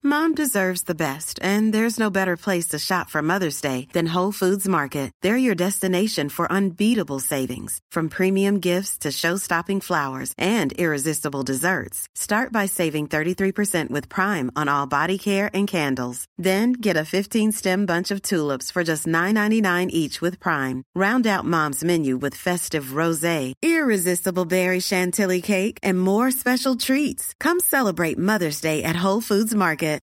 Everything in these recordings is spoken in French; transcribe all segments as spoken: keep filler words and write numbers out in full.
Mom deserves the best, and there's no better place to shop for Mother's Day than Whole Foods Market. They're your destination for unbeatable savings, from premium gifts to show-stopping flowers and irresistible desserts. Start by saving thirty-three percent with Prime on all body care and candles. Then get a fifteen-stem bunch of tulips for just nine ninety-nine each with Prime. Round out Mom's menu with festive rosé, irresistible berry chantilly cake, and more special treats. Come celebrate Mother's Day at Whole Foods Market.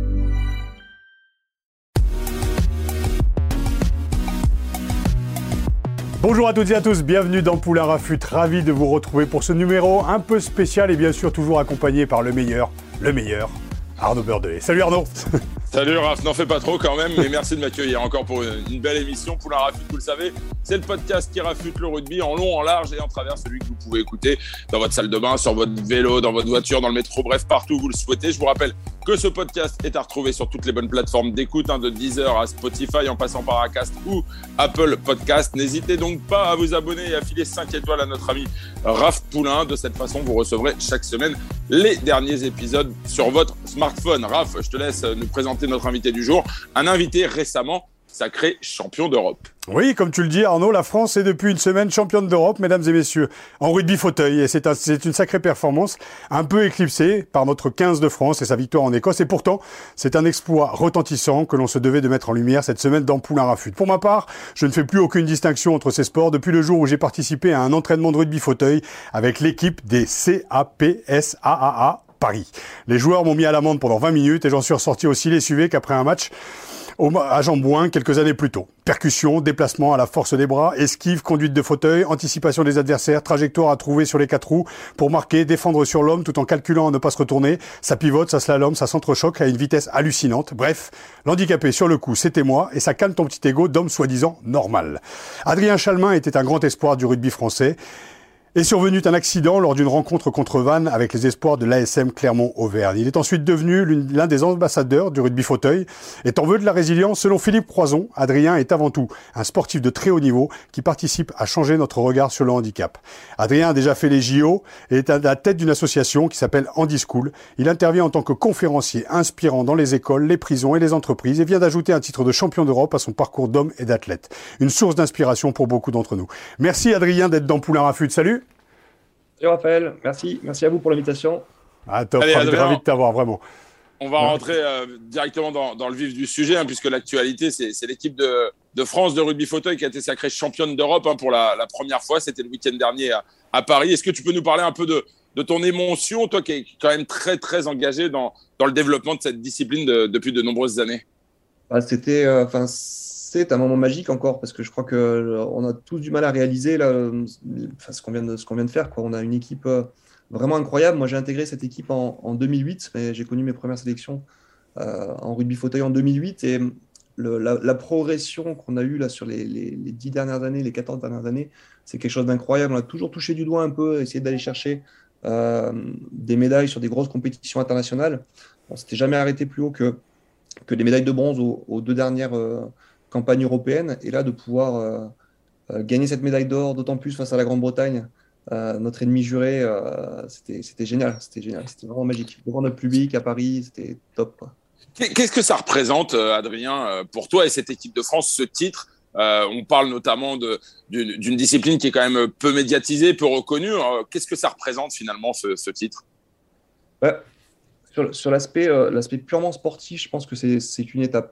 Bonjour à toutes et à tous, bienvenue dans Poulain Rafut, ravi de vous retrouver pour ce numéro un peu spécial et bien sûr toujours accompagné par le meilleur, le meilleur, Arnaud Beurdelet. Salut Arnaud. Salut Raph, n'en fais pas trop quand même, mais merci de m'accueillir encore pour une, une belle émission. Poulain Rafut, vous le savez, c'est le podcast qui rafute le rugby en long, en large et en travers, celui que vous pouvez écouter dans votre salle de bain, sur votre vélo, dans votre voiture, dans le métro, bref, partout où vous le souhaitez. Je vous rappelle que ce podcast est à retrouver sur toutes les bonnes plateformes d'écoute, hein, de Deezer à Spotify, en passant par Acast ou Apple Podcast. N'hésitez donc pas à vous abonner et à filer cinq étoiles à notre ami Raph Poulain. De cette façon, vous recevrez chaque semaine les derniers épisodes sur votre smartphone. Raph, je te laisse nous présenter notre invité du jour, un invité récemment sacré champion d'Europe. Oui, comme tu le dis Arnaud, la France est depuis une semaine championne d'Europe, mesdames et messieurs, en rugby fauteuil, et c'est, un, c'est une sacrée performance, un peu éclipsée par notre quinze de France et sa victoire en Écosse, et pourtant, c'est un exploit retentissant que l'on se devait de mettre en lumière cette semaine dans Poulain Rafut. Pour ma part, je ne fais plus aucune distinction entre ces sports depuis le jour où j'ai participé à un entraînement de rugby fauteuil avec l'équipe des C A P S A A A Paris. Les joueurs m'ont mis à l'amende pendant vingt minutes et j'en suis ressorti aussi lessivé qu'après un match à Jambouin quelques années plus tôt. Percussion, déplacement à la force des bras, esquive, conduite de fauteuil, anticipation des adversaires, trajectoire à trouver sur les quatre roues pour marquer, défendre sur l'homme tout en calculant à ne pas se retourner. Ça pivote, ça slalom, ça s'entrechoque à une vitesse hallucinante. Bref, l'handicapé sur le coup, c'était moi et ça calme ton petit ego d'homme soi-disant normal. Adrien Chalmin était un grand espoir du rugby français. Est survenu un accident lors d'une rencontre contre Vannes avec les espoirs de l'A S M Clermont-Auvergne. Il est ensuite devenu l'un des ambassadeurs du rugby fauteuil. Et t'en veux de la résilience, selon Philippe Croison, Adrien est avant tout un sportif de très haut niveau qui participe à changer notre regard sur le handicap. Adrien a déjà fait les J O et est à la tête d'une association qui s'appelle Handy School. Il intervient en tant que conférencier inspirant dans les écoles, les prisons et les entreprises et vient d'ajouter un titre de champion d'Europe à son parcours d'homme et d'athlète. Une source d'inspiration pour beaucoup d'entre nous. Merci Adrien d'être dans Poulain Rafut. Salut. Salut Raphaël, merci, merci à vous pour l'invitation. Ah top, Allez, ravi, Adrien, ravi de t'avoir, vraiment. On va ouais. rentrer euh, directement dans, dans le vif du sujet, hein, puisque l'actualité, c'est, c'est l'équipe de, de France de rugby fauteuil qui a été sacrée championne d'Europe hein, pour la, la première fois. C'était le week-end dernier à, à Paris. Est-ce que tu peux nous parler un peu de, de ton émotion, toi qui es quand même très, très engagé dans, dans le développement de cette discipline de, depuis de nombreuses années? bah, C'était... Euh, C'est un moment magique encore parce que je crois qu'on a tous du mal à réaliser là, enfin, ce qu'on vient de, ce qu'on vient de faire, quoi. On a une équipe vraiment incroyable. Moi, j'ai intégré cette équipe en, en deux mille huit, mais j'ai connu mes premières sélections euh, en rugby fauteuil en deux mille huit et le, la, la progression qu'on a eue là, sur les, les, les dix dernières années, les quatorze dernières années, c'est quelque chose d'incroyable. On a toujours touché du doigt un peu, essayé d'aller chercher euh, des médailles sur des grosses compétitions internationales. On ne s'était jamais arrêté plus haut que, que des médailles de bronze aux, aux deux dernières euh, campagne européenne, et là de pouvoir euh, euh, gagner cette médaille d'or, d'autant plus face à la Grande-Bretagne, euh, notre ennemi juré, euh, c'était, c'était génial, c'était génial, c'était vraiment magique. Devant notre public à Paris, c'était top, quoi. Qu'est-ce que ça représente, Adrien, pour toi et cette équipe de France, ce titre? euh, On parle notamment de, d'une, d'une discipline qui est quand même peu médiatisée, peu reconnue. Qu'est-ce que ça représente finalement, ce, ce titre? Ouais. Sur, sur l'aspect, euh, l'aspect purement sportif, je pense que c'est, c'est une étape.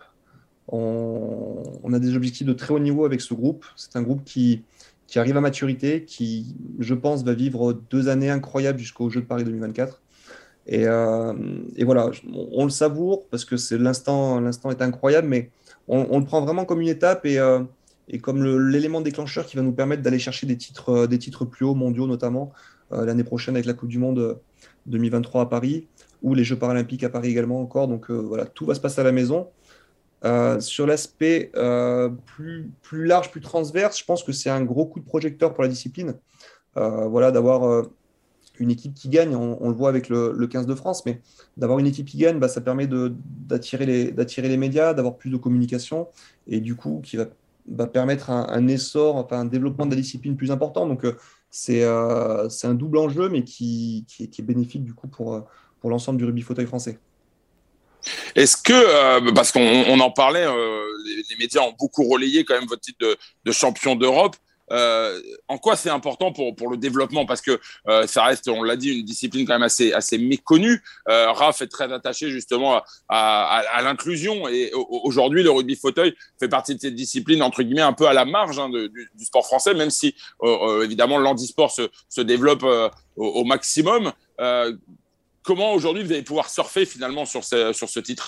On, on a des objectifs de très haut niveau avec ce groupe. C'est un groupe qui, qui arrive à maturité, qui, je pense, va vivre deux années incroyables jusqu'aux Jeux de Paris deux mille vingt-quatre. Et, euh, et voilà, on, on le savoure parce que c'est, l'instant, l'instant est incroyable, mais on, on le prend vraiment comme une étape et, euh, et comme le, l'élément déclencheur qui va nous permettre d'aller chercher des titres, des titres plus hauts, mondiaux notamment, euh, l'année prochaine avec la Coupe du Monde deux mille vingt-trois à Paris ou les Jeux paralympiques à Paris également encore. Donc euh, voilà, tout va se passer à la maison. Euh, sur l'aspect euh, plus, plus large, plus transverse, je pense que c'est un gros coup de projecteur pour la discipline. Euh, voilà, d'avoir euh, une équipe qui gagne, on, on le voit avec le, le quinze de France, mais d'avoir une équipe qui gagne, bah, ça permet de, d'attirer, les, d'attirer les médias, d'avoir plus de communication, et du coup, qui va, va permettre un, un essor, enfin, un développement de la discipline plus important. Donc, euh, c'est, euh, c'est un double enjeu, mais qui, qui, est, qui est bénéfique du coup pour, pour l'ensemble du rugby fauteuil français. Est-ce que, euh, parce qu'on on en parlait, euh, les, les médias ont beaucoup relayé quand même votre titre de, de champion d'Europe. Euh, en quoi c'est important pour, pour le développement? Parce que euh, ça reste, on l'a dit, une discipline quand même assez, assez méconnue. Euh, Raph est très attaché justement à, à, à l'inclusion et aujourd'hui le rugby fauteuil fait partie de cette discipline entre guillemets un peu à la marge hein, de, du, du sport français, même si euh, euh, évidemment l'handisport se, se développe euh, au, au maximum. Euh, comment aujourd'hui vous allez pouvoir surfer finalement sur ce, sur ce titre?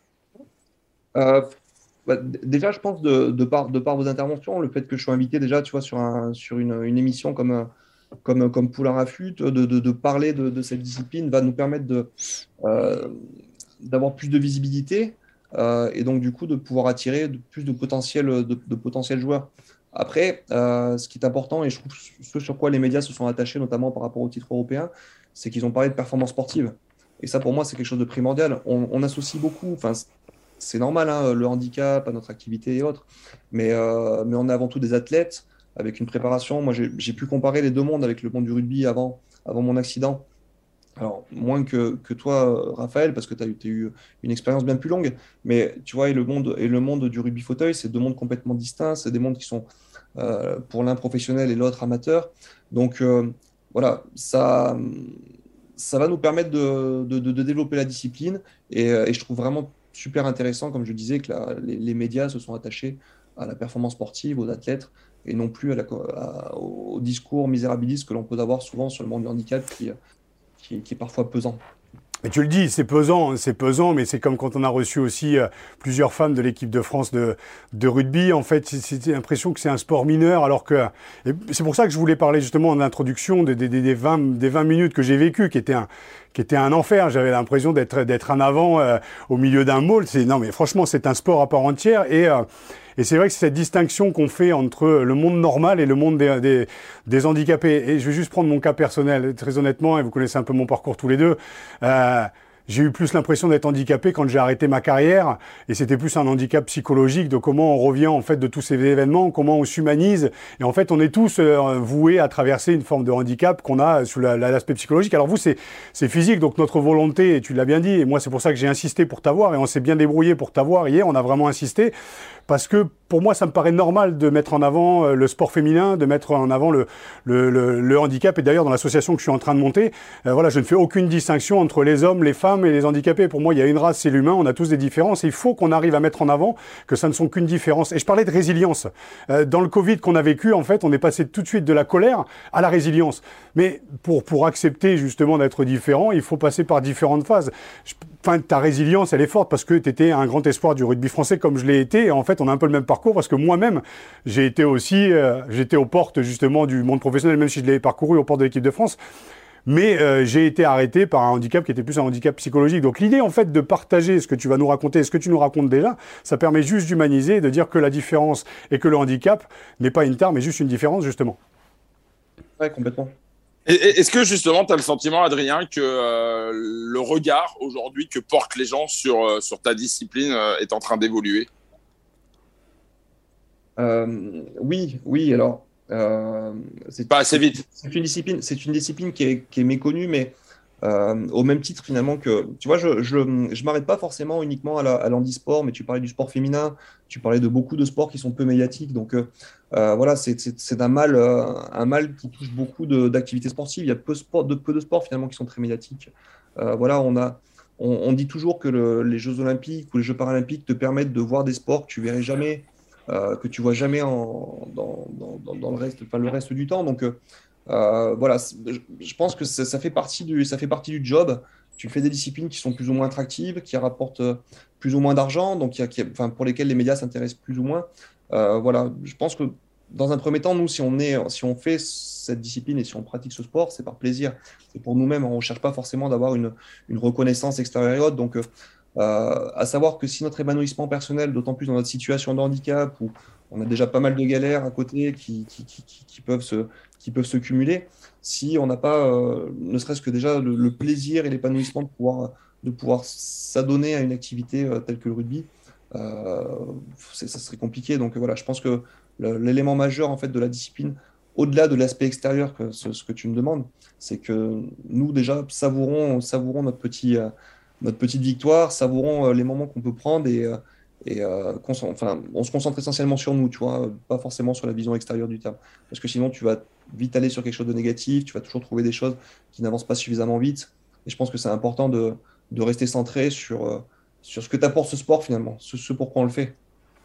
euh... Bah, déjà, je pense, de, de, par, de par vos interventions, le fait que je sois invité déjà, tu vois, sur, un, sur une, une émission comme, comme, comme Poulain Rafut, de, de, de parler de, de cette discipline va nous permettre de, euh, d'avoir plus de visibilité euh, et donc, du coup, de pouvoir attirer de, plus de potentiels de, de potentiels joueurs. Après, euh, ce qui est important, et je trouve ce sur quoi les médias se sont attachés, notamment par rapport au titre européen, c'est qu'ils ont parlé de performance sportive. Et ça, pour moi, c'est quelque chose de primordial. On, on associe beaucoup, enfin, c'est normal, hein, le handicap à notre activité et autres, mais, euh, mais on est avant tout des athlètes avec une préparation. Moi, j'ai, j'ai pu comparer les deux mondes avec le monde du rugby avant, avant mon accident. Alors, moins que, que toi, Raphaël, parce que tu as eu, t'as eu une expérience bien plus longue, mais tu vois, et le monde, et le monde du rugby fauteuil, c'est deux mondes complètement distincts, c'est des mondes qui sont euh, pour l'un professionnel et l'autre amateur. Donc, euh, voilà, ça, ça va nous permettre de, de, de développer la discipline et, et je trouve vraiment super intéressant, comme je disais, que la, les, les médias se sont attachés à la performance sportive, aux athlètes, et non plus à la, à, au discours misérabiliste que l'on peut avoir souvent sur le monde du handicap qui, qui, qui est parfois pesant. Et tu le dis, c'est pesant, c'est pesant, mais c'est comme quand on a reçu aussi euh, plusieurs femmes de l'équipe de France de, de rugby. En fait, c'est, c'est l'impression que c'est un sport mineur, alors que et c'est pour ça que je voulais parler justement en introduction des, des, des, vingt, des vingt minutes que j'ai vécues, qui étaient un, qui était un enfer. J'avais l'impression d'être, d'être en avant euh, au milieu d'un môle. C'est, non, mais franchement, c'est un sport à part entière. Et, euh, et c'est vrai que c'est cette distinction qu'on fait entre le monde normal et le monde des, des, des handicapés. Et je vais juste prendre mon cas personnel, très honnêtement, et vous connaissez un peu mon parcours tous les deux. Euh, J'ai eu plus l'impression d'être handicapé quand j'ai arrêté ma carrière, et c'était plus un handicap psychologique de comment on revient en fait de tous ces événements, comment on s'humanise, et en fait on est tous euh, voués à traverser une forme de handicap qu'on a sous la, la, l'aspect psychologique. Alors vous c'est c'est physique, donc notre volonté, et tu l'as bien dit, et moi c'est pour ça que j'ai insisté pour t'avoir, et on s'est bien débrouillé pour t'avoir hier, on a vraiment insisté, parce que pour moi ça me paraît normal de mettre en avant le sport féminin, de mettre en avant le le, le, le handicap, et d'ailleurs dans l'association que je suis en train de monter, euh, voilà, je ne fais aucune distinction entre les hommes, les femmes et les handicapés. Pour moi, il y a une race, c'est l'humain, on a tous des différences, et il faut qu'on arrive à mettre en avant que ça ne sont qu'une différence. Et je parlais de résilience. Euh, dans le Covid qu'on a vécu, en fait, on est passé tout de suite de la colère à la résilience. Mais pour, pour accepter justement d'être différent, il faut passer par différentes phases. Je, Enfin, ta résilience, elle est forte parce que tu étais un grand espoir du rugby français comme je l'ai été. Et en fait, on a un peu le même parcours parce que moi-même, j'ai été aussi, euh, j'étais aux portes justement du monde professionnel, même si je l'ai parcouru aux portes de l'équipe de France. Mais euh, j'ai été arrêté par un handicap qui était plus un handicap psychologique. Donc l'idée, en fait, de partager ce que tu vas nous raconter, ce que tu nous racontes déjà, ça permet juste d'humaniser et de dire que la différence et que le handicap n'est pas une tare, mais juste une différence, justement. Ouais, complètement. Est-ce que justement, tu as le sentiment, Adrien, que euh, le regard aujourd'hui que portent les gens sur, euh, sur ta discipline euh, est en train d'évoluer? euh, Oui, oui. Alors, euh, c'est pas assez vite. C'est une discipline, c'est une discipline qui est, qui est méconnue, mais euh, au même titre finalement que, tu vois, je je, je m'arrête pas forcément uniquement à, la, à l'handisport, mais tu parlais du sport féminin, tu parlais de beaucoup de sports qui sont peu médiatiques, donc euh, euh, voilà, c'est, c'est, c'est un mal, euh, un mal qui touche beaucoup de, d'activités sportives. Il y a peu, sport, de, peu de sports finalement qui sont très médiatiques. Euh, voilà, on a, on, on dit toujours que le, les Jeux Olympiques ou les Jeux Paralympiques te permettent de voir des sports que tu verrais jamais, euh, que tu vois jamais en, dans, dans, dans le reste, enfin, le reste du temps. Donc euh, voilà, je, je pense que ça, ça fait partie du, ça fait partie du job. Tu fais des disciplines qui sont plus ou moins attractives, qui rapportent plus ou moins d'argent, donc il y a, qui, enfin, pour lesquelles les médias s'intéressent plus ou moins. Euh, voilà, je pense que dans un premier temps, nous, si on, est, si on fait cette discipline et si on pratique ce sport, c'est par plaisir. C'est pour nous-mêmes. On ne cherche pas forcément d'avoir une, une reconnaissance extérieure et autre. Donc, euh, à savoir que si notre épanouissement personnel, d'autant plus dans notre situation de handicap, où on a déjà pas mal de galères à côté qui, qui, qui, qui, qui peuvent, se, qui peuvent se cumuler, si on n'a pas, euh, ne serait-ce que déjà le, le plaisir et l'épanouissement de pouvoir, de pouvoir s'adonner à une activité euh, telle que le rugby, euh, ça serait compliqué. Donc voilà, je pense que l'élément majeur en fait de la discipline, au-delà de l'aspect extérieur que ce, ce que tu me demandes, c'est que nous déjà savourons, savourons notre petit, euh, notre petite victoire, savourons euh, les moments qu'on peut prendre et, euh, et euh, concent- enfin, on se concentre essentiellement sur nous, tu vois, pas forcément sur la vision extérieure du terme. Parce que sinon, tu vas vite aller sur quelque chose de négatif, tu vas toujours trouver des choses qui n'avancent pas suffisamment vite. Et je pense que c'est important de, de rester centré sur, euh, sur ce que t'apporte ce sport finalement, ce, ce pourquoi on le fait.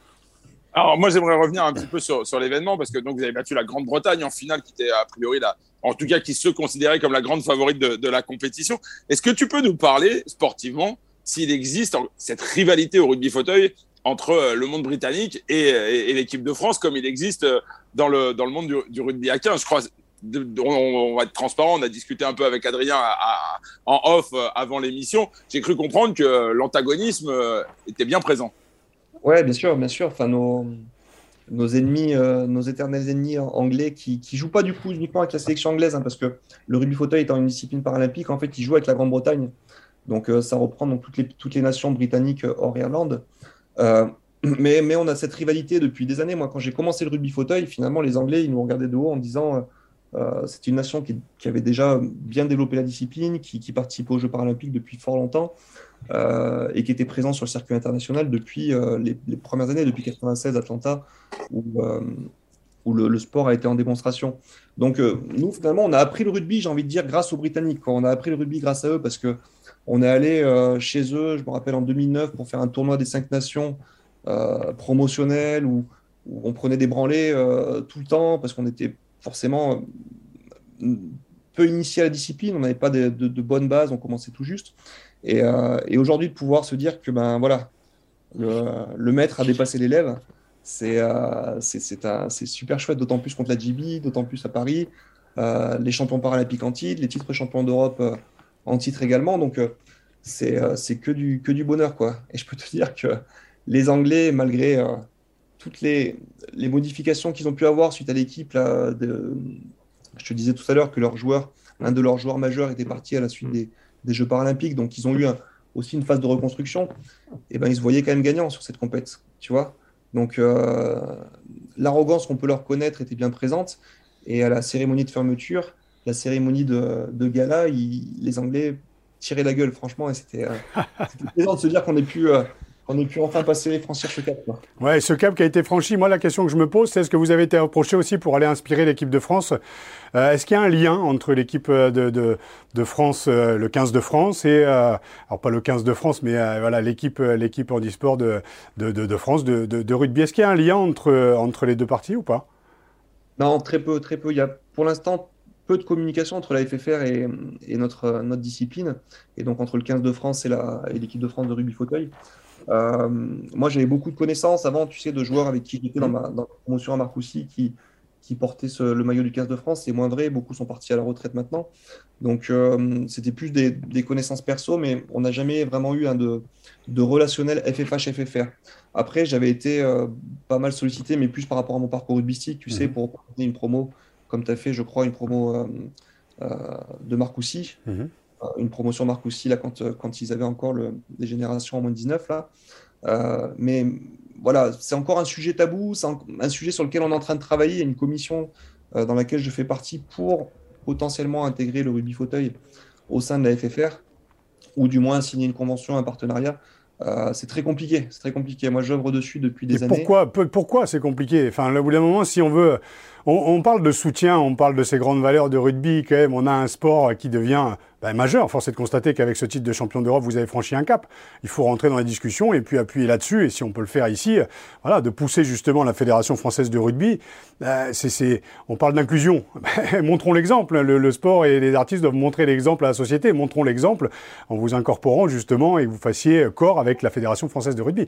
Alors, moi, j'aimerais revenir un petit peu sur, sur l'événement parce que donc, vous avez battu la Grande-Bretagne en finale, qui était a priori, la, en tout cas, qui se considérait comme la grande favorite de, de la compétition. Est-ce que tu peux nous parler sportivement s'il existe cette rivalité au rugby fauteuil entre le monde britannique et, et, et l'équipe de France, comme il existe dans le, dans le monde du, du rugby à quinze? Je crois, de, de, on, on va être transparent, on a discuté un peu avec Adrien à, à, en off avant l'émission. J'ai cru comprendre que l'antagonisme était bien présent. Ouais, bien sûr, bien sûr. Enfin, nos, nos ennemis, euh, nos éternels ennemis anglais qui ne jouent pas du coup uniquement avec la sélection anglaise, hein, parce que le rugby fauteuil étant une discipline paralympique, en fait, ils jouent avec la Grande-Bretagne. Donc, euh, ça reprend donc, toutes, les, toutes les nations britanniques euh, hors Irlande. Euh, mais, mais on a cette rivalité depuis des années. Moi, quand j'ai commencé le rugby fauteuil, finalement, les Anglais, ils nous regardaient de haut en disant euh, euh, c'est une nation qui, qui avait déjà bien développé la discipline, qui, qui participait aux Jeux paralympiques depuis fort longtemps. Euh, et qui était présent sur le circuit international depuis euh, les, les premières années, depuis quatre-vingt-seize Atlanta, où, euh, où le, le sport a été en démonstration. Donc euh, nous, finalement, on a appris le rugby, j'ai envie de dire, grâce aux Britanniques. Quoi. On a appris le rugby grâce à eux parce qu'on est allé euh, chez eux, je me rappelle, en deux mille neuf, pour faire un tournoi des cinq nations euh, promotionnel, où, où on prenait des branlées euh, tout le temps, parce qu'on était forcément euh, peu initié à la discipline, on n'avait pas de, de, de bonnes bases, on commençait tout juste. Et, euh, et aujourd'hui, de pouvoir se dire que ben, voilà, le, le maître a dépassé l'élève, c'est euh, c'est super chouette, d'autant plus contre la G B, d'autant plus à Paris, euh, les champions paralympiques en titre, les titres champions d'Europe euh, en titre également. Donc, euh, c'est euh, que, du, que du bonheur, quoi. Et je peux te dire que les Anglais, malgré euh, toutes les, les modifications qu'ils ont pu avoir suite à l'équipe, de... je te disais tout à l'heure que leur joueur, l'un de leurs joueurs majeurs était parti à la suite des des Jeux paralympiques, donc ils ont eu un, aussi une phase de reconstruction, et ben ils se voyaient quand même gagnants sur cette compète, tu vois. Donc euh, l'arrogance qu'on peut leur connaître était bien présente, et à la cérémonie de fermeture, la cérémonie de, de gala, ils, les Anglais tiraient la gueule, franchement, et c'était euh, plaisant de se dire qu'on ait pu... Euh, On ait pu enfin passer et franchir ce cap. Quoi. Ouais, ce cap qui a été franchi, moi la question que je me pose, c'est est-ce que vous avez été approché aussi pour aller inspirer l'équipe de France euh, Est-ce qu'il y a un lien entre l'équipe de, de, de France, euh, le quinze de France, et, euh, alors pas le quinze de France, mais euh, voilà l'équipe l'équipe handisport de, de, de, de France de, de, de rugby? Est-ce qu'il y a un lien entre, entre les deux parties ou pas? Non, très peu, très peu. Il y a pour l'instant peu de communication entre la F F R et, et notre, notre discipline, et donc entre le quinze de France et l'équipe de France de rugby fauteuil. Euh, moi, j'avais beaucoup de connaissances avant, tu sais, de joueurs avec qui j'étais dans ma, dans ma promotion à Marcoussis qui, qui portaient ce, le maillot du quinze de France. C'est moins vrai, beaucoup sont partis à la retraite maintenant. Donc, euh, c'était plus des, des connaissances perso, mais on n'a jamais vraiment eu un de, de relationnel F F H F F R. Après, j'avais été euh, pas mal sollicité, mais plus par rapport à mon parcours rugbystique, tu mmh. sais, pour porter une promo, comme tu as fait, je crois, une promo euh, euh, de Marcoussis. Mmh. Une promotion Marcoussis là, quand, quand ils avaient encore le, des générations en moins de dix-neuf. Là. Euh, mais voilà, c'est encore un sujet tabou, c'est un, un sujet sur lequel on est en train de travailler. Il y a une commission euh, dans laquelle je fais partie pour potentiellement intégrer le rugby fauteuil au sein de la F F R, ou du moins signer une convention, un partenariat. Euh, c'est très compliqué, c'est très compliqué. Moi, j'œuvre dessus depuis des Et années. Pourquoi, pourquoi c'est compliqué? Enfin, au bout d'un moment, si on veut, on, on parle de soutien, on parle de ces grandes valeurs de rugby, quand même, on a un sport qui devient ben, majeur. Force est de constater qu'avec ce titre de champion d'Europe, vous avez franchi un cap. Il faut rentrer dans les discussions et puis appuyer là-dessus. Et si on peut le faire ici, voilà, de pousser justement la Fédération française de rugby. Euh, c'est, c'est, on parle d'inclusion. Montrons l'exemple. Le, le sport et les artistes doivent montrer l'exemple à la société. Montrons l'exemple en vous incorporant justement et que vous fassiez corps avec la Fédération française de rugby.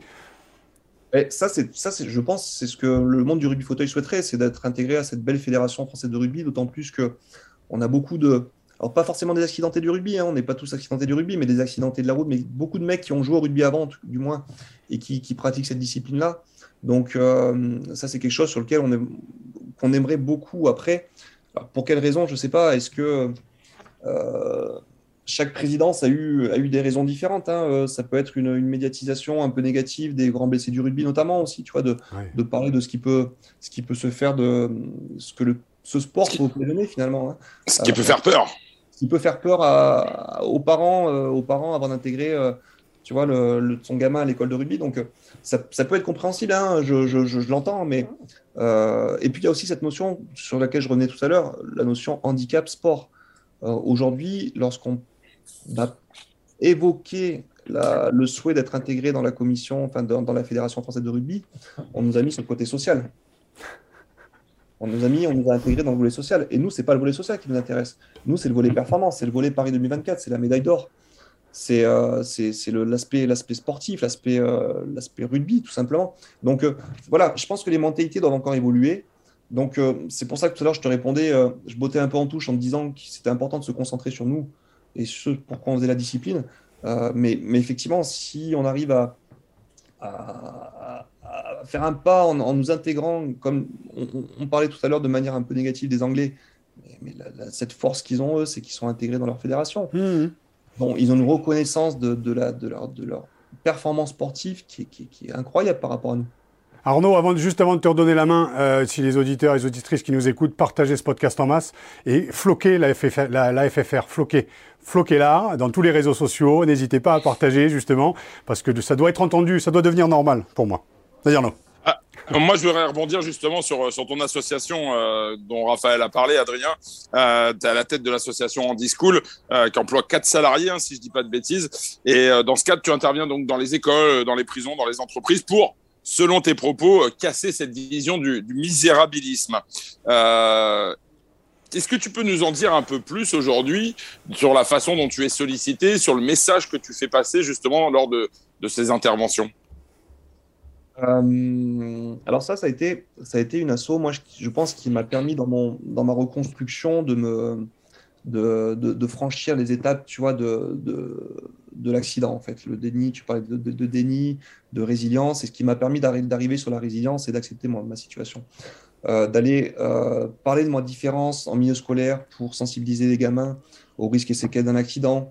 Et ça, c'est, ça c'est, je pense, c'est ce que le monde du rugby fauteuil souhaiterait, c'est d'être intégré à cette belle Fédération française de rugby, d'autant plus qu'on a beaucoup de... Alors, pas forcément des accidentés du rugby, hein, on n'est pas tous accidentés du rugby, mais des accidentés de la route, mais beaucoup de mecs qui ont joué au rugby avant, du moins, et qui, qui pratiquent cette discipline-là. Donc, euh, ça, c'est quelque chose sur lequel on est, qu'on aimerait beaucoup après. Alors, pour quelle raison, je ne sais pas. Est-ce que euh, chaque présidence a eu, a eu des raisons différentes, hein. Ça peut être une, une médiatisation un peu négative des grands blessés du rugby, notamment aussi, tu vois, de, ouais. de parler de ce qui peut, ce qui peut se faire, de ce que le, ce sport peut donner finalement. Hein. Ce qui euh, peut faire peur. qui peut faire peur à, aux parents, euh, aux parents avant d'intégrer, euh, tu vois, le, le, son gamin à l'école de rugby. Donc, euh, ça, ça peut être compréhensible, hein, je, je, je, je l'entends, mais euh, et puis il y a aussi cette notion sur laquelle je revenais tout à l'heure, la notion handicap-sport. Euh, aujourd'hui, lorsqu'on a évoqué la, le souhait d'être intégré dans la commission, enfin dans, dans la Fédération française de rugby, on nous a mis sur le côté social. On nous a mis, on nous a intégré dans le volet social. Et nous, c'est pas le volet social qui nous intéresse. Nous, c'est le volet performance, c'est le volet Paris deux mille vingt-quatre, c'est la médaille d'or. C'est, euh, c'est, c'est le, l'aspect, l'aspect sportif, l'aspect, euh, l'aspect rugby, tout simplement. Donc euh, voilà, je pense que les mentalités doivent encore évoluer. Donc euh, c'est pour ça que tout à l'heure, je te répondais, euh, je bottais un peu en touche en te disant que c'était important de se concentrer sur nous et ce pourquoi on faisait la discipline. Euh, mais, mais effectivement, si on arrive à, à, à faire un pas en, en nous intégrant, comme on, on parlait tout à l'heure de manière un peu négative des Anglais, mais, mais la, la, cette force qu'ils ont, eux, c'est qu'ils sont intégrés dans leur fédération. Mmh. Bon, ils ont une reconnaissance de, de, la, de, leur, de leur performance sportive qui est, qui, est, qui est incroyable par rapport à nous. Arnaud, avant, juste avant de te redonner la main, euh, si les auditeurs et les auditrices qui nous écoutent, partagez ce podcast en masse et floquez la F F R, la, la F F R floquez, floquez-la dans tous les réseaux sociaux. N'hésitez pas à partager justement, parce que ça doit être entendu, ça doit devenir normal pour moi. Vas-y Arnaud. Ah, moi, je voudrais rebondir justement sur, sur ton association euh, dont Raphaël a parlé, Adrien. Euh, tu es à la tête de l'association Handy School euh, qui emploie quatre salariés, hein, si je dis pas de bêtises. Et euh, dans ce cadre, tu interviens donc dans les écoles, dans les prisons, dans les entreprises pour, selon tes propos, euh, casser cette vision du, du misérabilisme. Euh, est-ce que tu peux nous en dire un peu plus aujourd'hui sur la façon dont tu es sollicité, sur le message que tu fais passer justement lors de, de ces interventions ? Euh, alors ça, ça a été, ça a été une asso, moi, je, je pense, qui m'a permis dans, mon, dans ma reconstruction de, me, de, de, de franchir les étapes, tu vois, de, de, de l'accident, en fait. Le déni, tu parlais de, de, de déni, de résilience, et ce qui m'a permis d'arriver, d'arriver sur la résilience et d'accepter moi, ma situation. Euh, d'aller euh, parler de ma différence en milieu scolaire pour sensibiliser les gamins aux risques et séquelles d'un accident,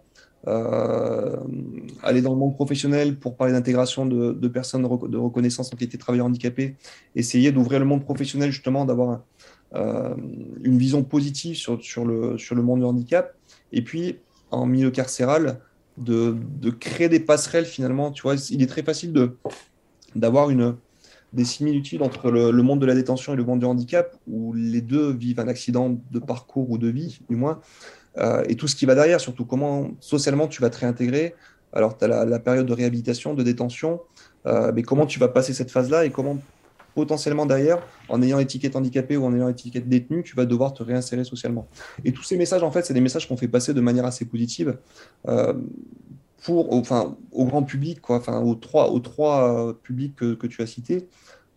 Euh, aller dans le monde professionnel pour parler d'intégration de, de personnes de reconnaissance en qualité de travailleurs handicapés, essayer d'ouvrir le monde professionnel justement, d'avoir un, euh, une vision positive sur, sur, le, sur le monde du handicap, et puis en milieu carcéral de, de créer des passerelles finalement. Tu vois, il est très facile de, d'avoir une, des similitudes entre le, le monde de la détention et le monde du handicap, où les deux vivent un accident de parcours ou de vie du moins. Euh, et tout ce qui va derrière, surtout comment socialement tu vas te réintégrer. Alors, tu as la, la période de réhabilitation, de détention, euh, mais comment tu vas passer cette phase-là et comment potentiellement derrière, en ayant étiquette handicapé ou en ayant étiquette détenu, tu vas devoir te réinsérer socialement. Et tous ces messages, en fait, c'est des messages qu'on fait passer de manière assez positive euh, pour, enfin, au grand public, quoi, enfin, aux trois, aux trois euh, publics que, que tu as cités.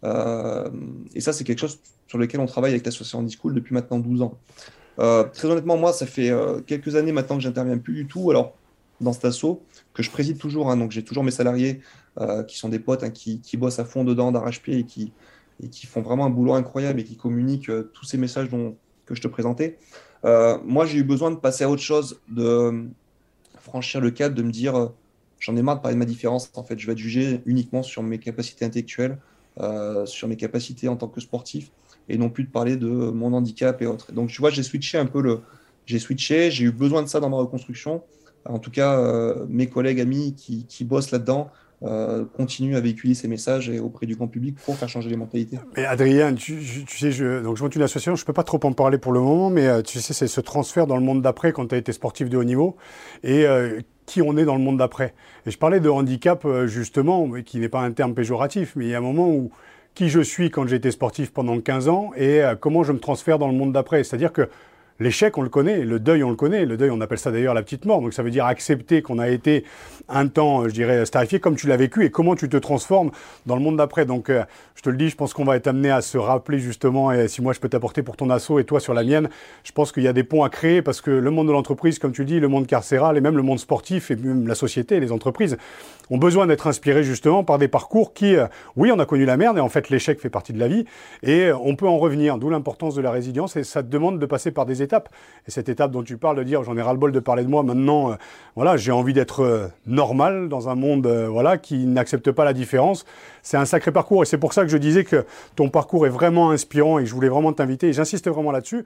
Euh, et ça, c'est quelque chose sur lequel on travaille avec l'association Handy School depuis maintenant douze ans. Euh, très honnêtement, moi, ça fait euh, quelques années maintenant que j'interviens plus du tout. Alors, dans cet asso, que je préside toujours, hein, donc j'ai toujours mes salariés euh, qui sont des potes, hein, qui, qui bossent à fond dedans, d'arrache-pied et qui, et qui font vraiment un boulot incroyable et qui communiquent euh, tous ces messages dont, que je te présentais. Euh, moi, j'ai eu besoin de passer à autre chose, de euh, franchir le cap, de me dire euh, j'en ai marre de parler de ma différence. En fait, je vais être jugé uniquement sur mes capacités intellectuelles, euh, sur mes capacités en tant que sportif, et non plus de parler de mon handicap et autres. Donc, tu vois, j'ai switché un peu le... J'ai switché, j'ai eu besoin de ça dans ma reconstruction. En tout cas, euh, mes collègues, amis qui, qui bossent là-dedans euh, continuent à véhiculer ces messages et auprès du grand public pour faire changer les mentalités. Mais Adrien, tu, tu sais, je, donc je monte une association, je ne peux pas trop en parler pour le moment, mais euh, tu sais, c'est ce transfert dans le monde d'après quand tu as été sportif de haut niveau et euh, qui on est dans le monde d'après. Et je parlais de handicap, euh, justement, qui n'est pas un terme péjoratif, mais il y a un moment où qui je suis quand j'étais sportif pendant quinze ans et euh, comment je me transfère dans le monde d'après. C'est-à-dire que l'échec, on le connaît, le deuil, on le connaît. Le deuil, on appelle ça d'ailleurs la petite mort. Donc ça veut dire accepter qu'on a été un temps, je dirais, starifié comme tu l'as vécu et comment tu te transformes dans le monde d'après. Donc euh, je te le dis, je pense qu'on va être amené à se rappeler justement, et si moi je peux t'apporter pour ton asso et toi sur la mienne, je pense qu'il y a des ponts à créer parce que le monde de l'entreprise, comme tu dis, le monde carcéral et même le monde sportif et même la société, les entreprises ont besoin d'être inspirés justement par des parcours qui, euh, oui, on a connu la merde et en fait l'échec fait partie de la vie et euh, on peut en revenir, d'où l'importance de la résilience et ça te demande de passer par des étapes. Et cette étape dont tu parles, de dire j'en ai ras-le-bol de parler de moi, maintenant, euh, voilà, j'ai envie d'être euh, normal dans un monde euh, voilà, qui n'accepte pas la différence, c'est un sacré parcours et c'est pour ça que je disais que ton parcours est vraiment inspirant et je voulais vraiment t'inviter et j'insiste vraiment là-dessus.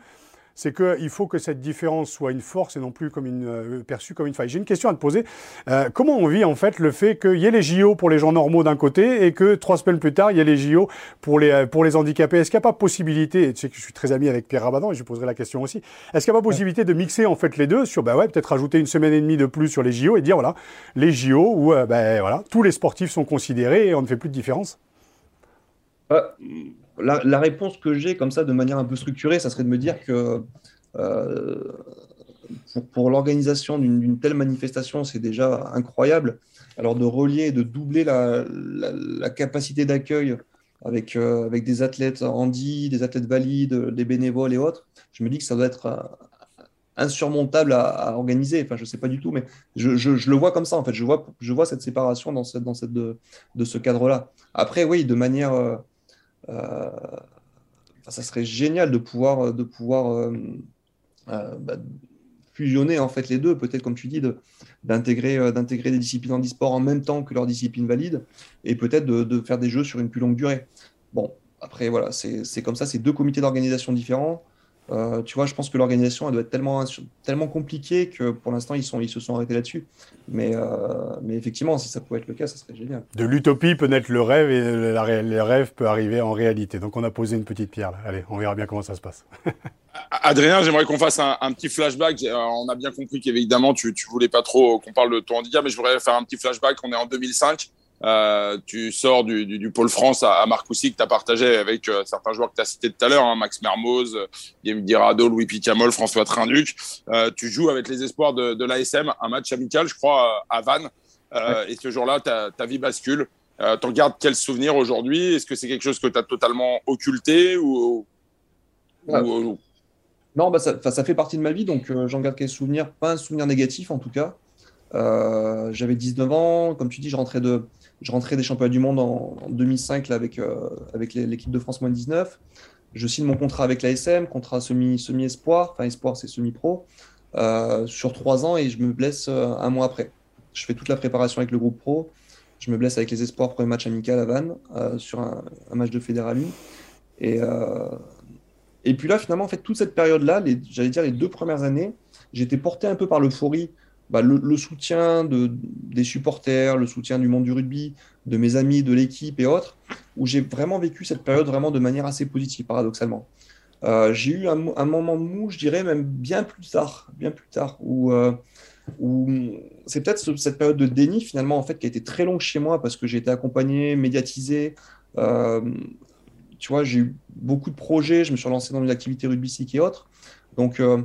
c'est qu'il faut que cette différence soit une force et non plus comme une, euh, perçue comme une faille. J'ai une question à te poser. Euh, comment on vit en fait le fait qu'il y ait les J O pour les gens normaux d'un côté et que trois semaines plus tard, il y ait les J O pour les, pour les handicapés? Est-ce qu'il n'y a pas possibilité, et tu sais que je suis très ami avec Pierre Rabadan et je lui poserai la question aussi, est-ce qu'il n'y a pas possibilité de mixer en fait les deux sur, bah ouais, peut-être rajouter une semaine et demie de plus sur les J O et dire voilà, les J O où euh, bah, voilà, tous les sportifs sont considérés et on ne fait plus de différence? Euh, la, la réponse que j'ai comme ça de manière un peu structurée, ça serait de me dire que euh, pour, pour l'organisation d'une d'une telle manifestation, c'est déjà incroyable. Alors de relier, de doubler la, la, la capacité d'accueil avec, euh, avec des athlètes handi, des athlètes valides, des bénévoles et autres, je me dis que ça doit être euh, insurmontable à, à organiser. Enfin, je ne sais pas du tout, mais je, je, je le vois comme ça, en fait. Je vois, je vois cette séparation dans, cette, dans cette de, de ce cadre-là. Après, oui, de manière... Euh, euh, ça serait génial de pouvoir, de pouvoir euh, euh, bah, fusionner en fait les deux, peut-être comme tu dis, de, d'intégrer, euh, d'intégrer des disciplines en e-sport en même temps que leurs disciplines valides et peut-être de, de faire des jeux sur une plus longue durée. Bon, après, voilà, c'est, c'est comme ça, c'est deux comités d'organisation différents. Euh, tu vois, je pense que l'organisation, elle doit être tellement, tellement compliquée que pour l'instant, ils, sont, ils se sont arrêtés là-dessus. Mais, euh, mais effectivement, si ça pouvait être le cas, ça serait génial. De l'utopie peut naître le rêve et la ré- le rêve peut arriver en réalité. Donc on a posé une petite pierre là. Allez, on verra bien comment ça se passe. Adrien, j'aimerais qu'on fasse un, un petit flashback. Euh, on a bien compris qu'évidemment, tu ne voulais pas trop qu'on parle de ton handicap, mais je voudrais faire un petit flashback. On est en deux mille cinq. Euh, tu sors du, du, du pôle France à, à Marcoussis que tu as partagé avec euh, certains joueurs que tu as cités tout à l'heure, hein, Max Mermoz, Yemi Dirado, Louis Picamol, François Trinduc. Euh, tu joues avec les espoirs de, de l'A S M, un match amical, je crois, à Vannes. Euh, ouais. Et ce jour-là, ta, ta vie bascule. Euh, T'en gardes quel souvenir aujourd'hui? Est-ce que c'est quelque chose que tu as totalement occulté ou, ouais. ou, ou... Non, bah ça, ça fait partie de ma vie, donc euh, j'en garde quel souvenir? Pas un souvenir négatif en tout cas. Euh, j'avais dix-neuf ans, comme tu dis, je rentrais, de, je rentrais des championnats du monde en, en deux mille cinq là, avec, euh, avec l'équipe de France moins dix-neuf. Je signe mon contrat avec l'A S M, contrat semi, semi-espoir, enfin espoir c'est semi-pro, euh, sur trois ans et je me blesse euh, un mois après. Je fais toute la préparation avec le groupe pro, je me blesse avec les espoirs, premier match amical à Vannes, euh, sur un, un match de Fédéral un. Et, euh, et puis là, finalement, en fait, toute cette période-là, les, j'allais dire les deux premières années, j'étais porté un peu par l'euphorie. Bah, le, le soutien de, des supporters, le soutien du monde du rugby, de mes amis, de l'équipe et autres, où j'ai vraiment vécu cette période vraiment de manière assez positive, paradoxalement. Euh, j'ai eu un, un moment mou, je dirais même bien plus tard, bien plus tard, où, euh, où c'est peut-être ce, cette période de déni finalement en fait qui a été très longue chez moi parce que j'ai été accompagné, médiatisé. Euh, tu vois, j'ai eu beaucoup de projets, je me suis lancé dans une activité rugbystique et autres, donc euh,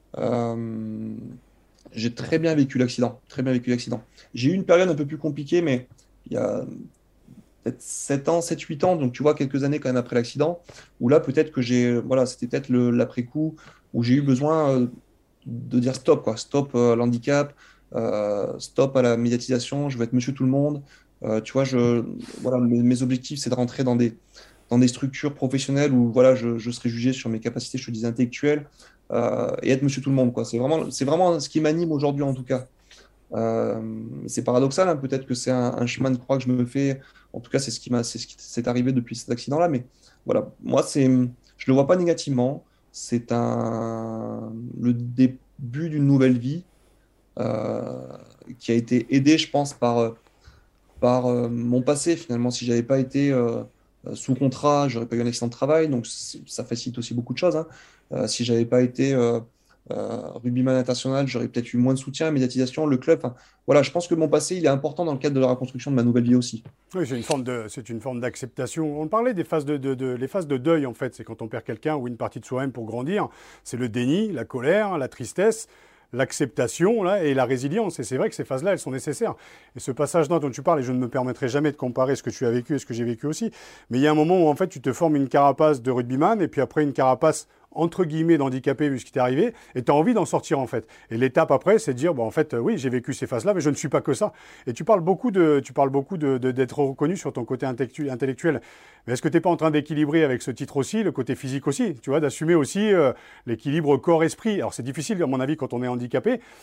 euh, j'ai très bien vécu l'accident, très bien vécu l'accident. J'ai eu une période un peu plus compliquée, mais il y a peut-être sept ans, sept huit ans, donc tu vois, quelques années quand même après l'accident, où là, peut-être que j'ai, voilà, c'était peut-être le, l'après-coup, où j'ai eu besoin euh, de dire stop, quoi, stop euh, à l'handicap, euh, stop à la médiatisation, je veux être monsieur tout le monde. Euh, tu vois, je, voilà, mes, mes objectifs, c'est de rentrer dans des, dans des structures professionnelles où voilà, je, je serai jugé sur mes capacités, je te disais, intellectuelles, euh, et être monsieur tout le monde, quoi. C'est vraiment, c'est vraiment ce qui m'anime aujourd'hui, en tout cas. Euh, c'est paradoxal, hein, peut-être que c'est un, un chemin de croix que je me fais. En tout cas, c'est ce qui m'a, c'est ce qui s'est arrivé depuis cet accident-là. Mais voilà, moi, c'est, je le vois pas négativement. C'est un, le début d'une nouvelle vie euh, qui a été aidée, je pense, par, par euh, mon passé. Finalement, si j'avais pas été euh, sous contrat, j'aurais pas eu un accident de travail. Donc, ça facilite aussi beaucoup de choses. Hein. Euh, si j'avais pas été euh, Euh, rugbyman international, j'aurais peut-être eu moins de soutien, médiatisation, le club. Enfin, voilà, je pense que mon passé, il est important dans le cadre de la reconstruction de ma nouvelle vie aussi. Oui, c'est une forme de, c'est une forme d'acceptation. On parlait des phases de, de, de, les phases de deuil, en fait. C'est quand on perd quelqu'un ou une partie de soi-même pour grandir. C'est le déni, la colère, la tristesse, l'acceptation là, et la résilience. Et c'est vrai que ces phases-là, elles sont nécessaires. Et ce passage-là dont tu parles, et je ne me permettrai jamais de comparer ce que tu as vécu et ce que j'ai vécu aussi, mais il y a un moment où, en fait, tu te formes une carapace de rugbyman, et puis après une carapace entre guillemets d'handicapé vu ce qui t'est arrivé, et tu as envie d'en sortir en fait. Et l'étape après, c'est de dire, bon en fait, euh, oui, j'ai vécu ces phases-là, mais je ne suis pas que ça. Et tu parles beaucoup, de, tu parles beaucoup de, de, d'être reconnu sur ton côté intellectuel. Mais est-ce que tu n'es pas en train d'équilibrer avec ce titre aussi, le côté physique aussi, tu vois, d'assumer aussi euh, l'équilibre corps-esprit? Alors c'est difficile, à mon avis, quand on est handicapé,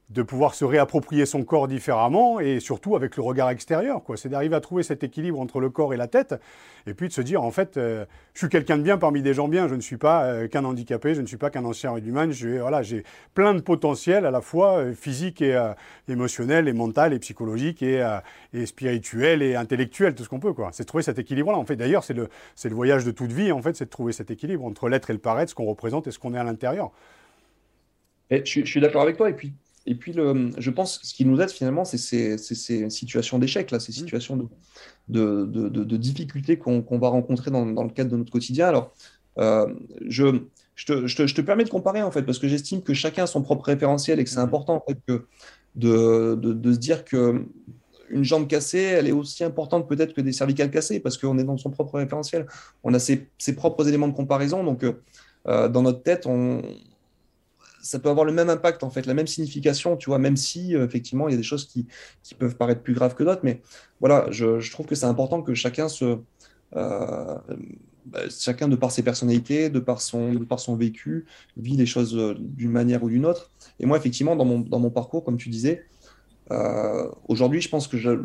de pouvoir se réapproprier son corps différemment et surtout avec le regard extérieur, quoi. C'est d'arriver à trouver cet équilibre entre le corps et la tête et puis de se dire en fait euh, je suis quelqu'un de bien parmi des gens bien, je ne suis pas euh, qu'un handicapé, je ne suis pas qu'un ancien rugbyman, j'ai voilà, j'ai plein de potentiel à la fois euh, physique et euh, émotionnel et mental et psychologique et, euh, et spirituel et intellectuel, tout ce qu'on peut, quoi. C'est de trouver cet équilibre là en fait. D'ailleurs, c'est le c'est le voyage de toute vie en fait, c'est de trouver cet équilibre entre l'être et le paraître, ce qu'on représente et ce qu'on est à l'intérieur. Et je, suis- je suis d'accord avec toi. Et puis, et puis le, je pense ce qui nous aide finalement, c'est ces, c'est ces situations d'échec, là, ces Mmh. situations de, de, de, de- de difficultés qu'on qu'on va rencontrer dans, dans le cadre de notre quotidien. Alors, euh, je, je te, je te- je te permets de comparer, en fait, parce que j'estime que chacun a son propre référentiel et que c'est Mmh. important, en fait, que de, de, de se dire que une jambe cassée, elle est aussi importante peut-être que des cervicales cassées, parce qu'on est dans son propre référentiel. On a ses, ses propres éléments de comparaison. Donc, euh, euh, dans notre tête, on, ça peut avoir le même impact, en fait, la même signification, tu vois, même si, euh, effectivement, il y a des choses qui, qui peuvent paraître plus graves que d'autres. Mais voilà, je, je trouve que c'est important que chacun se. euh, bah, chacun, de par ses personnalités, de par son, de par son vécu, vit les choses euh, d'une manière ou d'une autre. Et moi, effectivement, dans mon, dans mon parcours, comme tu disais, euh, aujourd'hui, je pense que je-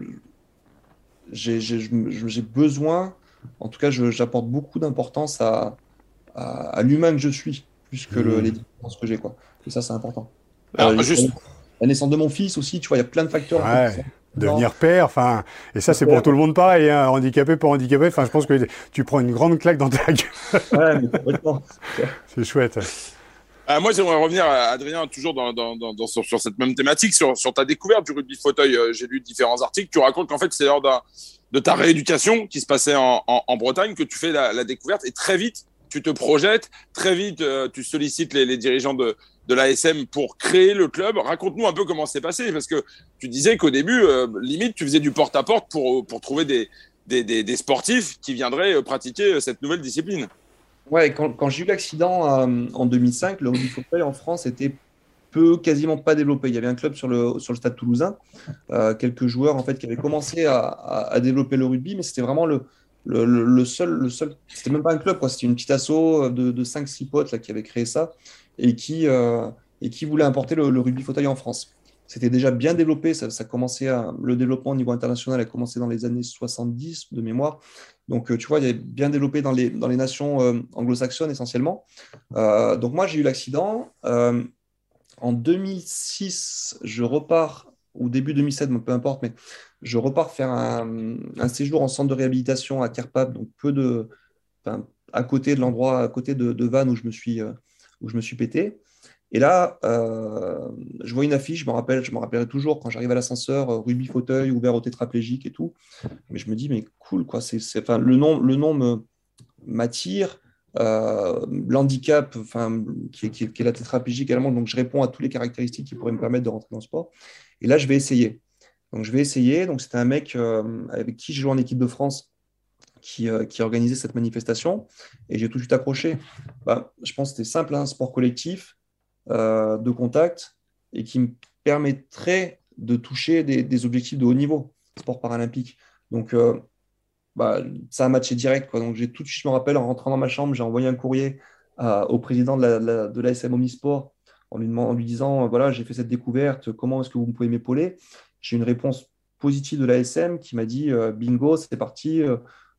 j'ai j'ai- je- j'ai besoin, en tout cas, je- j'apporte beaucoup d'importance à, à, à l'humain que je suis, plus que le- les Mmh. différences que j'ai, quoi. Et ça, c'est important. Euh, Alors, il y a juste, la naissance de mon fils aussi, tu vois, il y a plein de facteurs en fait, qui Ouais, sont dedans. devenir père, enfin, et ça Le c'est pour père, tout le monde pareil, hein, handicapé, pas handicapé, enfin je pense que tu prends une grande claque dans ta gueule, ouais, mais complètement. c'est chouette. euh, moi, j'aimerais revenir, à Adrien, toujours dans, dans, dans, dans- sur, sur cette même thématique, sur, sur ta découverte du rugby fauteuil. Euh, j'ai lu différents articles. Tu racontes qu'en fait, c'est lors d'un- de ta rééducation qui se passait en, en, en Bretagne que tu fais la, la découverte et très vite, tu te projettes, très vite, euh, tu sollicites les, les dirigeants de, de l'A S M pour créer le club. Raconte-nous un peu comment c'est passé, parce que tu disais qu'au début, euh, limite, tu faisais du porte-à-porte pour, pour trouver des, des, des, des sportifs qui viendraient pratiquer cette nouvelle discipline. Ouais, quand, quand j'ai eu l'accident euh, en deux mille cinq, le rugby fauteuil en France était peu, quasiment pas développé. Il y avait un club sur le, sur le stade toulousain, euh, quelques joueurs en fait qui avaient commencé à, à- à développer le rugby, mais c'était vraiment le, le, le- le seul, le seul. C'était même pas un club, quoi. C'était une petite asso de, de cinq six potes là, qui avaient créé ça et qui, euh, et qui voulait importer le, le rugby fauteuil en France. C'était déjà bien développé, ça, ça commençait à- le développement au niveau international a commencé dans les années soixante-dix de mémoire. Donc, euh, tu vois, il y avait bien développé dans les, dans les nations euh, anglo-saxonnes essentiellement. Euh, donc, moi, j'ai eu l'accident. Euh, en deux mille six, je repars, ou début deux mille sept, bon, peu importe, mais je repars faire un, un séjour en centre de réhabilitation à Kerpap, donc peu de, enfin, à côté de l'endroit, à côté de, de Vannes où je me suis, euh, où je me suis pété. Et là, euh, je vois une affiche, je me rappelle, je me rappellerai toujours quand j'arrive à l'ascenseur, euh, rugby fauteuil ouvert aux tétraplégiques et tout. Mais je me dis, mais cool, quoi. C'est, c'est, enfin, le nom, le nom me, m'attire. Euh, l'handicap, enfin, qui est, qui est- qui est la tétraplégie également, donc je réponds à toutes les caractéristiques qui pourraient me permettre de rentrer dans le sport. Et là, je vais essayer. Donc, je vais essayer. Donc, c'était un mec euh, avec qui je joue en équipe de France qui, euh, qui a organisé cette manifestation et j'ai tout de suite accroché. Bah, je pense que c'était simple, un sport collectif, euh, de contact et qui me permettrait de toucher des, des objectifs de haut niveau, sport paralympique. Donc, euh, bah, ça a matché direct, quoi. Donc, j'ai tout de suite, je me rappelle, en rentrant dans ma chambre, j'ai envoyé un courrier à- au président de la, la- de l'A S M Omnisport en lui, demandant, en lui disant, euh, voilà, j'ai fait cette découverte, comment est-ce que vous pouvez m'épauler? J'ai une réponse positive de l'A S M qui m'a dit, euh, bingo, c'est parti, euh,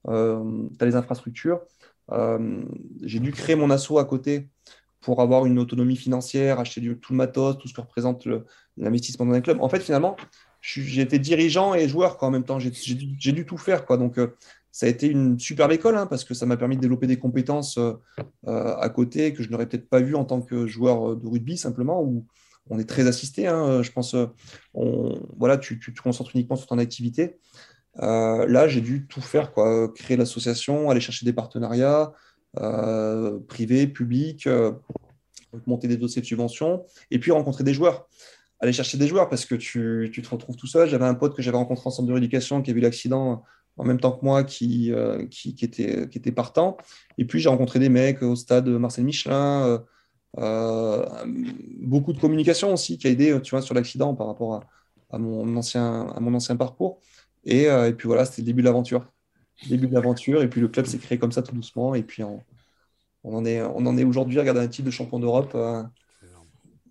tu as les infrastructures. Euh, j'ai dû créer mon asso à côté pour avoir une autonomie financière, acheter du, tout le matos, tout ce que représente le- l'investissement dans un club. En fait, finalement, je suis- j'ai été dirigeant et joueur quoi, en même temps. J'ai j'ai dû, j'ai dû tout faire, quoi. Donc, euh, ça a été une superbe école hein, parce que ça m'a permis de développer des compétences euh, euh, à côté que je n'aurais peut-être pas vu en tant que joueur euh, de rugby simplement, où on est très assisté. Hein, je pense, euh, on, voilà, tu, tu te concentres uniquement sur ton activité. Euh, là, j'ai dû tout faire, quoi. Créer l'association, aller chercher des partenariats euh, privés, publics, euh, monter des dossiers de subvention, et puis rencontrer des joueurs. Aller chercher des joueurs parce que tu, tu te retrouves tout seul. J'avais un pote que j'avais rencontré en centre de rééducation qui a vu l'accident en même temps que moi qui, euh, qui, qui, était, qui était partant. Et puis j'ai rencontré des mecs au stade Marcel Michelin, euh, euh, beaucoup de communication aussi qui a aidé tu vois, sur l'accident par rapport à, à, mon ancien, à mon ancien parcours. Et, euh, et puis voilà, c'était le début de l'aventure. Début de l'aventure. Et puis le club s'est créé comme ça tout doucement. Et puis on, on en est, on en est aujourd'hui à regarder un titre de champion d'Europe. Euh,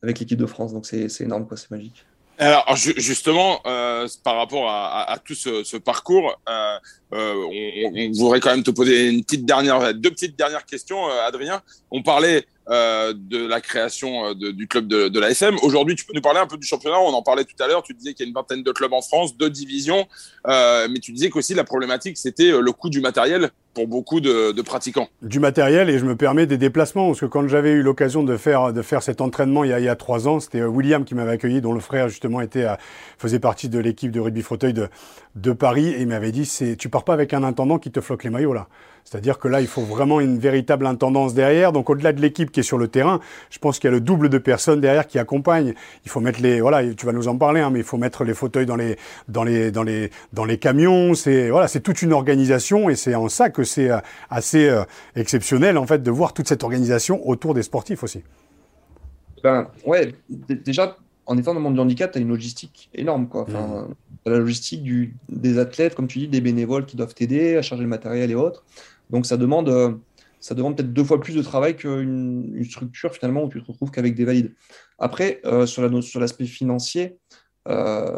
avec l'équipe de France. Donc c'est, c'est énorme, quoi, c'est magique. Alors justement, euh, par rapport à, à, à tout ce, ce parcours, euh, euh, on, on voudrait quand même te poser une petite dernière, deux petites dernières questions, euh, Adrien. On parlait euh, de la création de, du club de, de l'A S M. Aujourd'hui, tu peux nous parler un peu du championnat. On en parlait tout à l'heure. Tu disais qu'il y a une vingtaine de clubs en France, deux divisions, euh, mais tu disais qu'aussi la problématique, c'était le coût du matériel pour beaucoup de, de pratiquants. Du matériel, et je me permets des déplacements, parce que quand j'avais eu l'occasion de faire de faire cet entraînement il y a, il y a trois ans, c'était William qui m'avait accueilli, dont le frère justement était à, faisait partie de l'équipe de rugby fauteuil de, de Paris, et il m'avait dit, c'est, tu pars pas avec un intendant qui te floque les maillots là. C'est-à-dire que là, il faut vraiment une véritable intendance derrière. Donc, au-delà de l'équipe qui est sur le terrain, je pense qu'il y a le double de personnes derrière qui accompagnent. Il faut mettre les, voilà, tu vas nous en parler, hein, mais il faut mettre les fauteuils dans les, dans les, dans les, dans les camions. C'est, voilà, c'est toute une organisation, et c'est en ça que c'est assez euh, exceptionnel, en fait, de voir toute cette organisation autour des sportifs aussi. Ben, ouais, d- déjà, en étant dans le monde du handicap, tu as une logistique énorme, quoi. Enfin, mmh. Tu as la logistique du, des athlètes, comme tu dis, des bénévoles qui doivent t'aider à charger le matériel et autres. Donc, ça demande, euh, ça demande peut-être deux fois plus de travail qu'une une structure, finalement, où tu te retrouves qu'avec des valides. Après, euh, sur, la, sur l'aspect financier, euh,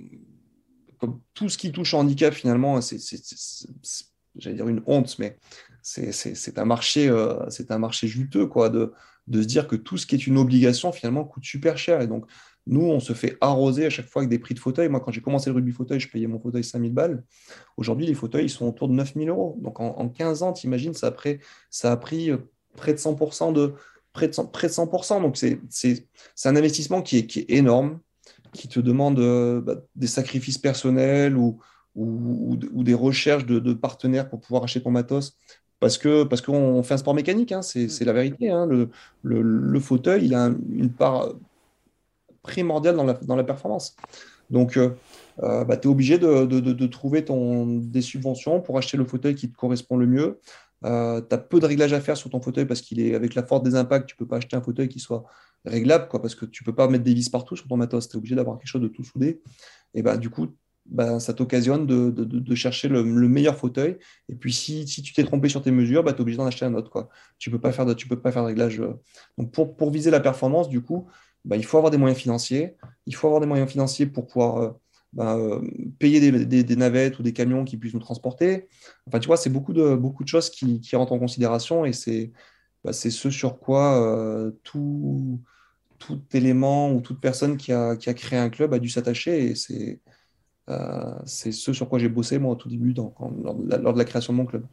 comme tout ce qui touche au handicap, finalement, c'est, c'est, c'est, c'est, c'est j'allais dire une honte, mais c'est, c'est, c'est, un, marché, euh, c'est un marché juteux, quoi, de, de se dire que tout ce qui est une obligation, finalement, coûte super cher. Et donc, nous, on se fait arroser à chaque fois avec des prix de fauteuil. Moi, quand j'ai commencé le rugby fauteuil, je payais mon fauteuil cinq mille balles. Aujourd'hui, les fauteuils, ils sont autour de neuf mille euros. Donc, en, en quinze ans, t'imagines, ça a pris, ça a pris près de cent pour cent de, près de cent, près de cent pour cent. Donc, c'est, c'est, c'est un investissement qui est, qui est énorme, qui te demande euh, bah, des sacrifices personnels ou, ou, ou des recherches de, de partenaires pour pouvoir acheter ton matos. Parce que parce qu'on fait un sport mécanique, hein, c'est, c'est la vérité. Hein. Le, le, le fauteuil, il a une part primordiale dans la, dans la performance. Donc, euh, bah, tu es obligé de, de, de, de trouver ton, des subventions pour acheter le fauteuil qui te correspond le mieux. Euh, tu as peu de réglages à faire sur ton fauteuil parce qu'il est avec la force des impacts, tu ne peux pas acheter un fauteuil qui soit réglable, quoi, parce que tu ne peux pas mettre des vis partout sur ton matos. Tu es obligé d'avoir quelque chose de tout soudé. Et bah, du coup, bah, ça t'occasionne de, de, de chercher le, le meilleur fauteuil. Et puis, si, si tu t'es trompé sur tes mesures, bah, tu es obligé d'en acheter un autre, quoi. Tu ne peux pas faire de, tu peux pas faire de réglage. Donc, pour, pour viser la performance, du coup, bah, il faut avoir des moyens financiers. Il faut avoir des moyens financiers pour pouvoir euh, bah, euh, payer des, des, des navettes ou des camions qui puissent nous transporter. Enfin, tu vois, c'est beaucoup de, beaucoup de choses qui, qui rentrent en considération, et c'est, bah, c'est ce sur quoi euh, tout, tout élément ou toute personne qui a, qui a créé un club a dû s'attacher. Et c'est, euh, c'est ce sur quoi j'ai bossé, moi, au tout début, dans, quand, lors, de la, lors de la création de mon club.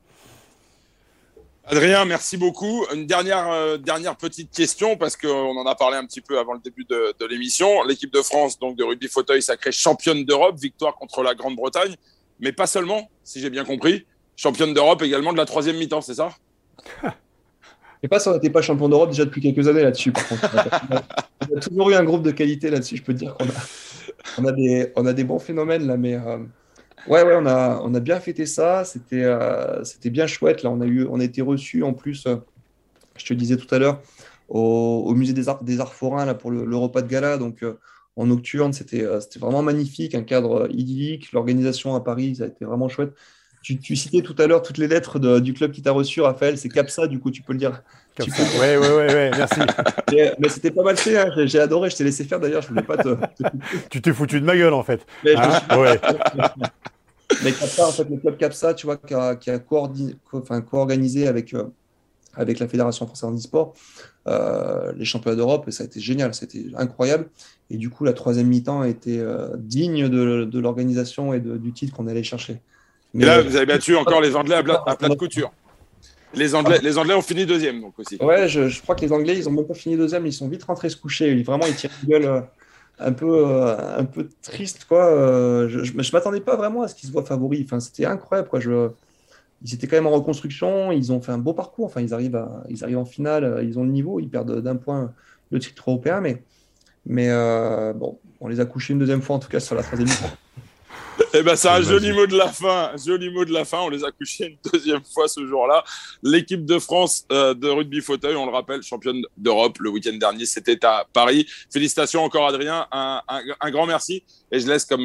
Adrien, merci beaucoup. Une dernière, euh, dernière petite question, parce qu'on en a parlé un petit peu avant le début de, de l'émission. L'équipe de France, donc de rugby fauteuil, sacrée championne d'Europe, victoire contre la Grande-Bretagne, mais pas seulement, si j'ai bien compris, championne d'Europe également de la troisième mi-temps, c'est ça? Je ne sais pas si on n'était pas champion d'Europe déjà depuis quelques années là-dessus, par contre. On a toujours eu un groupe de qualité là-dessus, je peux te dire qu'on a, on a, des, on a des bons phénomènes là, mais... Euh... Ouais, ouais, on a, on a bien fêté ça. C'était, euh, c'était bien chouette. Là, on a eu, on a été reçus en plus. Euh, je te le disais tout à l'heure, au, au musée des Arts, des Arts Forains là pour le, le repas de gala. Donc, euh, en nocturne, c'était, euh, c'était vraiment magnifique, un cadre idyllique. L'organisation à Paris, ça a été vraiment chouette. Tu, tu citais tout à l'heure toutes les lettres de, du club qui t'a reçu, Raphaël. C'est CAPSA, du coup, tu peux le dire. Comme ça. Ouais, ouais, ouais, ouais, merci. Mais, mais c'était pas mal fait. Hein. J'ai, j'ai adoré. Je t'ai laissé faire d'ailleurs. Je voulais pas te. te... Tu t'es foutu de ma gueule en fait. Mais hein je... ouais. Mais CAPSA, en fait, le club CAPSA, tu vois, qui a, qui a coordiné, co- enfin, co-organisé avec, euh, avec la Fédération française handisport euh, les championnats d'Europe, et ça a été génial, c'était incroyable. Et du coup, la troisième mi-temps a été euh, digne de, de l'organisation et de, du titre qu'on allait chercher. Mais et là, euh, vous avez battu encore les Anglais à plat, à plat de couture. Les Anglais, les Anglais ont fini deuxième, donc aussi. Ouais, je, je crois que les Anglais, ils ont même pas fini deuxième, ils sont vite rentrés se coucher. Vraiment, ils tirent une gueule euh, un peu, euh, un peu triste, quoi. Euh, je ne m'attendais pas vraiment à ce qu'ils se voient favoris. Enfin, c'était incroyable, quoi. Je, ils étaient quand même en reconstruction, ils ont fait un beau parcours. Enfin, ils arrivent, à, ils arrivent en finale, ils ont le niveau, ils perdent d'un point le titre européen, mais, mais euh, bon, on les a couchés une deuxième fois, en tout cas, sur la troisième mi-temps. Eh ben, c'est un joli mot de la fin. Joli mot de la fin. On les a couchés une deuxième fois ce jour-là. L'équipe de France euh, de rugby fauteuil, on le rappelle, championne d'Europe le week-end dernier, c'était à Paris. Félicitations encore, Adrien. Un, un, un grand merci. Et je laisse, comme euh,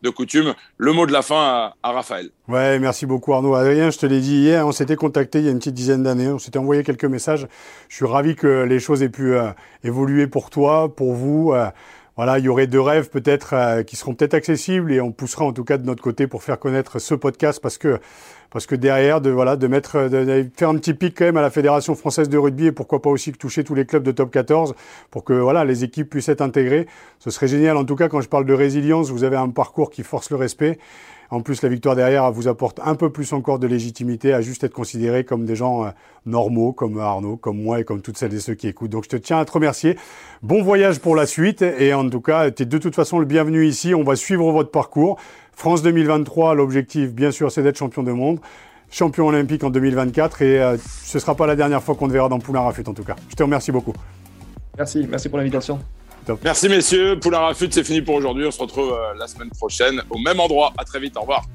de coutume, le mot de la fin à, à Raphaël. Ouais, merci beaucoup Arnaud. Adrien, je te l'ai dit hier, on s'était contacté il y a une petite dizaine d'années, on s'était envoyé quelques messages. Je suis ravi que les choses aient pu euh, évoluer pour toi, pour vous. Euh, voilà, il y aurait deux rêves peut-être euh, qui seront peut-être accessibles et on poussera en tout cas de notre côté pour faire connaître ce podcast parce que parce que derrière de voilà de mettre de, de faire un petit pic quand même à la Fédération française de rugby et pourquoi pas aussi toucher tous les clubs de top quatorze pour que voilà les équipes puissent être intégrées. Ce serait génial en tout cas quand je parle de résilience, vous avez un parcours qui force le respect. En plus, la victoire derrière vous apporte un peu plus encore de légitimité à juste être considérés comme des gens euh, normaux, comme Arnaud, comme moi et comme toutes celles et ceux qui écoutent. Donc, je te tiens à te remercier. Bon voyage pour la suite. Et en tout cas, tu es de toute façon le bienvenu ici. On va suivre votre parcours. France deux mille vingt-trois, l'objectif, bien sûr, c'est d'être champion du monde. Champion olympique en deux mille vingt-quatre. Et euh, ce ne sera pas la dernière fois qu'on te verra dans Poulain Rafut, en tout cas. Je te remercie beaucoup. Merci, merci pour l'invitation. Top. Merci messieurs, Poulain Rafut, c'est fini pour aujourd'hui. On se retrouve euh, la semaine prochaine au même endroit. À très vite, au revoir.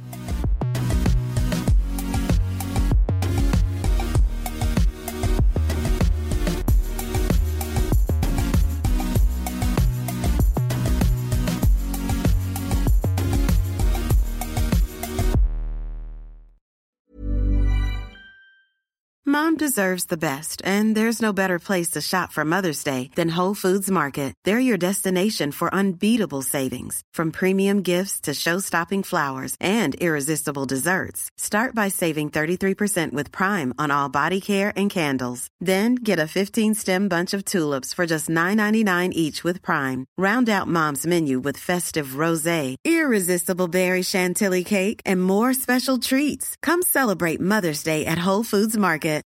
Mom deserves the best, and there's no better place to shop for Mother's Day than Whole Foods Market. They're your destination for unbeatable savings, from premium gifts to show-stopping flowers and irresistible desserts. Start by saving thirty-three percent with Prime on all body care and candles. Then get a fifteen-stem bunch of tulips for just nine ninety-nine each with Prime. Round out Mom's menu with festive rosé, irresistible berry chantilly cake, and more special treats. Come celebrate Mother's Day at Whole Foods Market.